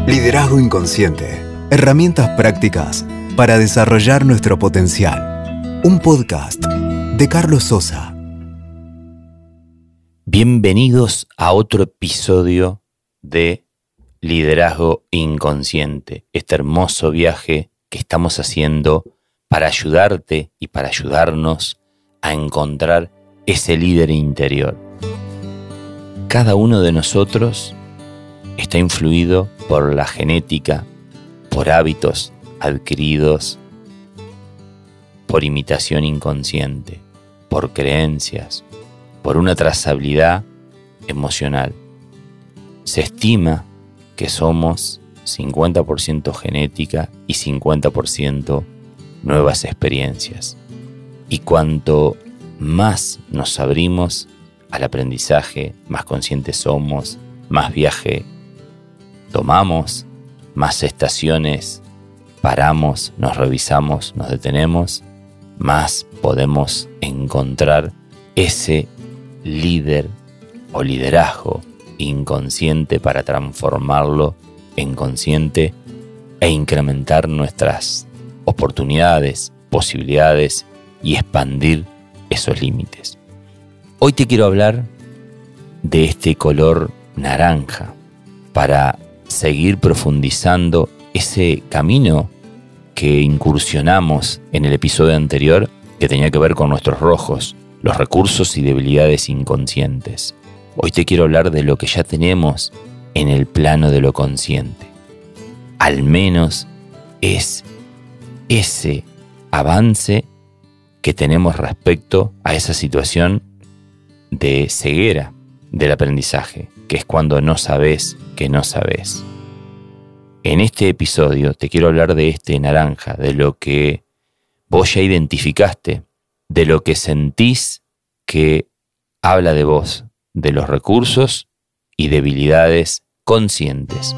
Liderazgo Inconsciente. Herramientas prácticas para desarrollar nuestro potencial. Un podcast de Carlos Sosa. Bienvenidos a otro episodio de Liderazgo Inconsciente. Este hermoso viaje que estamos haciendo para ayudarte y para ayudarnos a encontrar ese líder interior. Cada uno de nosotros está influido por la genética, por hábitos adquiridos, por imitación inconsciente, por creencias, por una trazabilidad emocional. Se estima que somos 50% genética y 50% nuevas experiencias. Y cuanto más nos abrimos al aprendizaje, más conscientes somos, más viaje tomamos, más estaciones paramos, nos revisamos, nos detenemos, más podemos encontrar ese líder o liderazgo inconsciente para transformarlo en consciente e incrementar nuestras oportunidades, posibilidades y expandir esos límites. Hoy te quiero hablar de este color naranja para seguir profundizando ese camino que incursionamos en el episodio anterior, que tenía que ver con nuestros rojos, los recursos y debilidades inconscientes. Hoy te quiero hablar de lo que ya tenemos en el plano de lo consciente. Al menos es ese avance que tenemos respecto a esa situación de ceguera del aprendizaje, que es cuando no sabes que no sabes. En este episodio te quiero hablar de este naranja, de lo que vos ya identificaste, de lo que sentís que habla de vos, de los recursos y debilidades conscientes.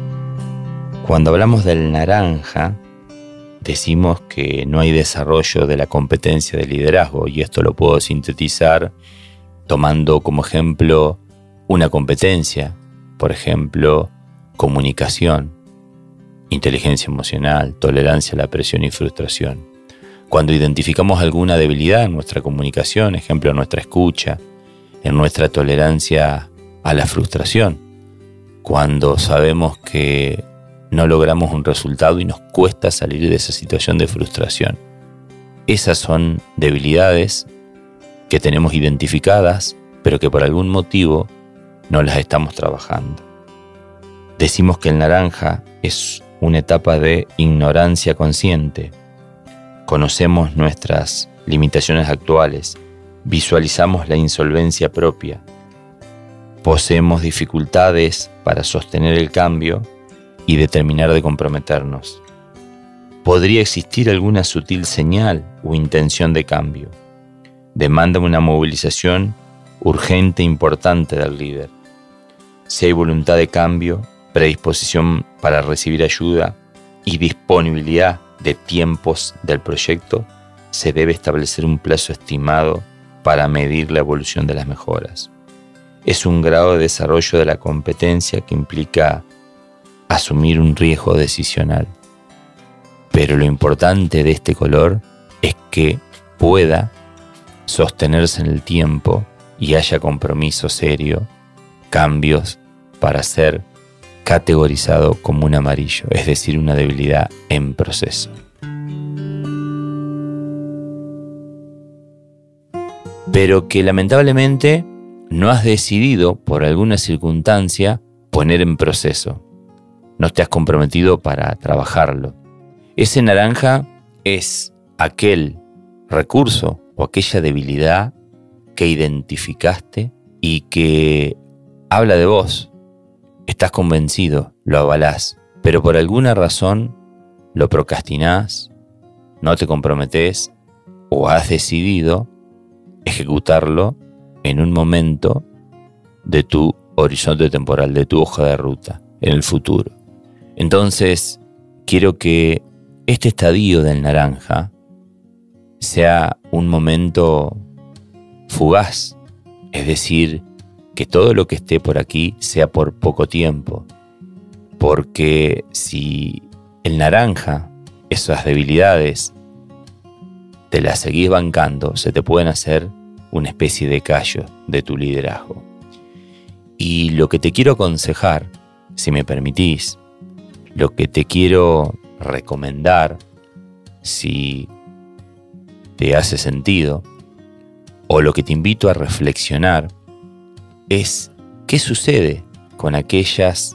Cuando hablamos del naranja, decimos que no hay desarrollo de la competencia de liderazgo, y esto lo puedo sintetizar tomando como ejemplo una competencia, por ejemplo, comunicación, inteligencia emocional, tolerancia a la presión y frustración. Cuando identificamos alguna debilidad en nuestra comunicación, ejemplo, en nuestra escucha, en nuestra tolerancia a la frustración, cuando sabemos que no logramos un resultado y nos cuesta salir de esa situación de frustración. Esas son debilidades que tenemos identificadas, pero que por algún motivo no las estamos trabajando. Decimos que el naranja es una etapa de ignorancia consciente. Conocemos nuestras limitaciones actuales, visualizamos la insolvencia propia, poseemos dificultades para sostener el cambio y determinar de comprometernos. Podría existir alguna sutil señal o intención de cambio. Demanda una movilización urgente e importante del líder. Si hay voluntad de cambio, predisposición para recibir ayuda y disponibilidad de tiempos del proyecto, se debe establecer un plazo estimado para medir la evolución de las mejoras. Es un grado de desarrollo de la competencia que implica asumir un riesgo decisional. Pero lo importante de este color es que pueda sostenerse en el tiempo y haya compromiso serio, cambios para ser categorizado como un amarillo, es decir, una debilidad en proceso. Pero que lamentablemente no has decidido por alguna circunstancia poner en proceso. No te has comprometido para trabajarlo. Ese naranja es aquel recurso o aquella debilidad que identificaste y que habla de vos. Estás convencido, lo avalás, pero por alguna razón lo procrastinás, no te comprometés o has decidido ejecutarlo en un momento de tu horizonte temporal, de tu hoja de ruta, en el futuro. Entonces, quiero que este estadio del naranja sea un momento fugaz, es decir, que todo lo que esté por aquí sea por poco tiempo, Porque si el naranja, esas debilidades, te las seguís bancando, se te pueden hacer una especie de callo de tu liderazgo. Y lo que te quiero aconsejar, si me permitís, lo que te quiero recomendar, si te hace sentido, o lo que te invito a reflexionar, es qué sucede con aquellas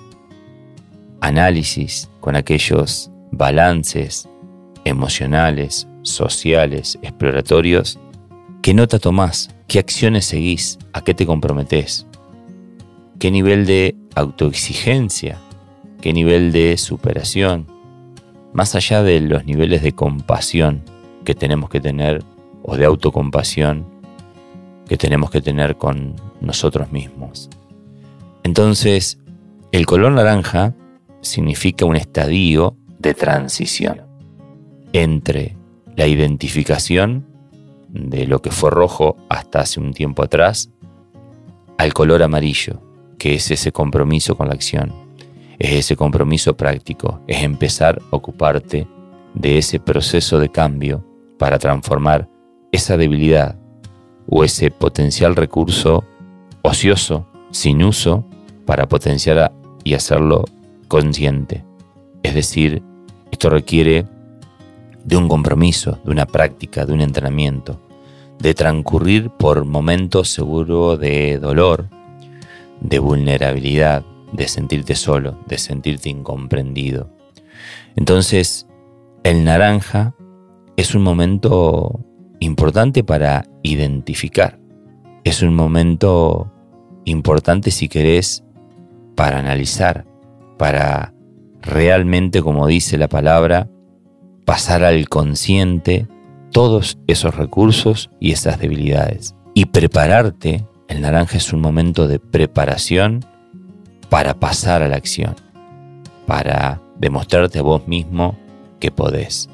análisis, con aquellos balances emocionales, sociales, exploratorios, qué nota tomás, qué acciones seguís, a qué te comprometés, qué nivel de autoexigencia, qué nivel de superación, más allá de los niveles de compasión que tenemos que tener, o de autocompasión que tenemos que tener con nosotros mismos. Entonces, el color naranja significa un estadio de transición entre la identificación de lo que fue rojo hasta hace un tiempo atrás al color amarillo, que es ese compromiso con la acción, es ese compromiso práctico, es empezar a ocuparte de ese proceso de cambio para transformar esa debilidad o ese potencial recurso ocioso, sin uso, para potenciar y hacerlo consciente. Es decir, esto requiere de un compromiso, de una práctica, de un entrenamiento, de transcurrir por momentos seguro de dolor, de vulnerabilidad, de sentirte solo, de sentirte incomprendido. Entonces, el naranja es un momento importante para identificar. Es un momento importante, si querés, para analizar, para realmente, como dice la palabra, pasar al consciente todos esos recursos y esas debilidades. Y prepararte, el naranja es un momento de preparación para pasar a la acción, para demostrarte a vos mismo que podés.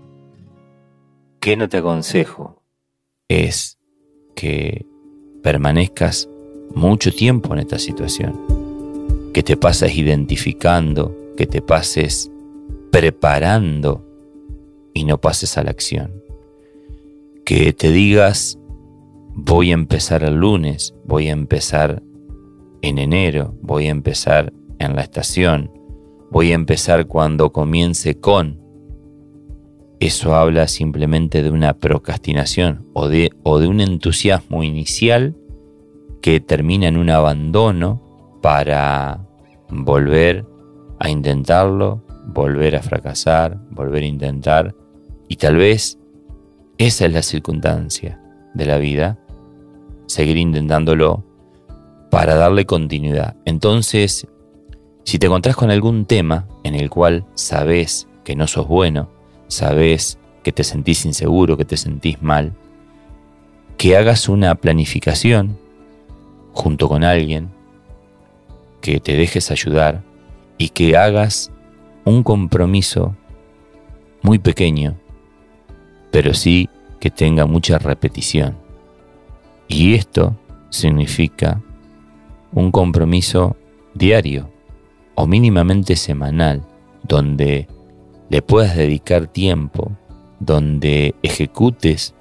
¿Qué no te aconsejo? Es que permanezcas mucho tiempo en esta situación, que te pases identificando, que te pases preparando y no pases a la acción. Que te digas, voy a empezar el lunes, voy a empezar en enero, voy a empezar en la estación, voy a empezar cuando comience con. Eso habla simplemente de una procrastinación o de un entusiasmo inicial que termina en un abandono para volver a intentarlo, volver a fracasar, volver a intentar. Y tal vez esa es la circunstancia de la vida, seguir intentándolo para darle continuidad. Entonces, si te encontrás con algún tema en el cual sabés que no sos bueno, sabés que te sentís inseguro, que te sentís mal, que hagas una planificación junto con alguien, que te dejes ayudar y que hagas un compromiso muy pequeño, pero sí que tenga mucha repetición. Y esto significa un compromiso diario o mínimamente semanal, donde le puedas dedicar tiempo, donde ejecutes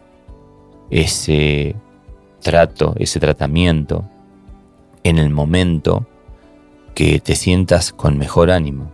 ese trato, ese tratamiento en el momento que te sientas con mejor ánimo.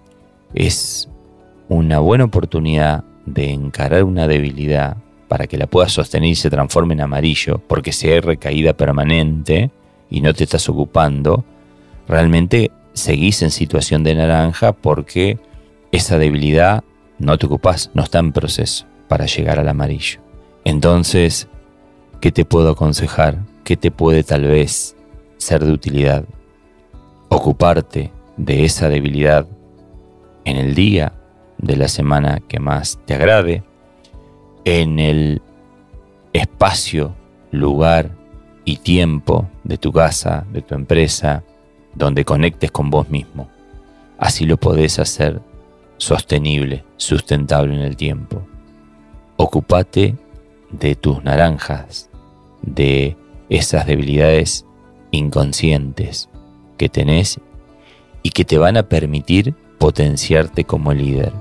Es una buena oportunidad de encarar una debilidad para que la puedas sostener y se transforme en amarillo, porque si hay recaída permanente y no te estás ocupando, realmente seguís en situación de naranja porque esa debilidad no te ocupás, no está en proceso para llegar al amarillo. Entonces, ¿qué te puedo aconsejar? ¿Qué te puede tal vez ser de utilidad? Ocuparte de esa debilidad en el día de la semana que más te agrade, en el espacio, lugar y tiempo de tu casa, de tu empresa, donde conectes con vos mismo. Así lo podés hacer sostenible, sustentable en el tiempo. Ocúpate de tus naranjas, de esas debilidades inconscientes que tenés y que te van a permitir potenciarte como líder.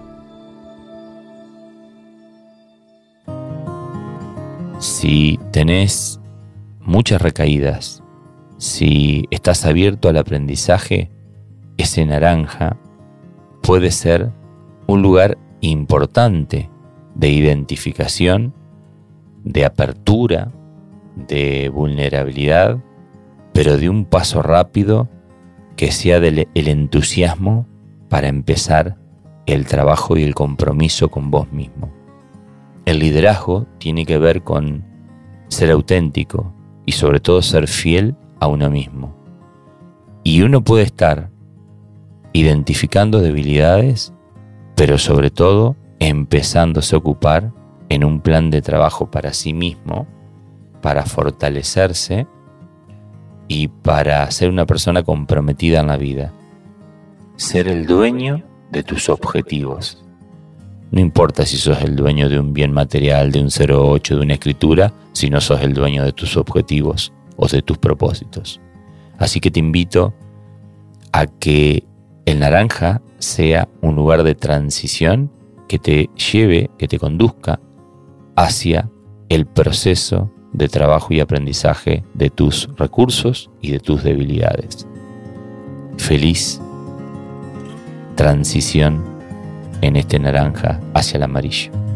Si tenés muchas recaídas, si estás abierto al aprendizaje, ese naranja puede ser un lugar importante de identificación, de apertura, de vulnerabilidad, pero de un paso rápido que sea el entusiasmo para empezar el trabajo y el compromiso con vos mismo. El liderazgo tiene que ver con ser auténtico y sobre todo ser fiel a uno mismo. Y uno puede estar identificando debilidades, pero sobre todo empezándose a ocupar en un plan de trabajo para sí mismo, para fortalecerse y para ser una persona comprometida en la vida. Ser el dueño de tus objetivos. No importa si sos el dueño de un bien material, de un 08, de una escritura, si no sos el dueño de tus objetivos o de tus propósitos. Así que te invito a que el naranja sea un lugar de transición que te lleve, que te conduzca hacia el proceso de trabajo y aprendizaje de tus recursos y de tus debilidades. Feliz transición en este naranja hacia el amarillo.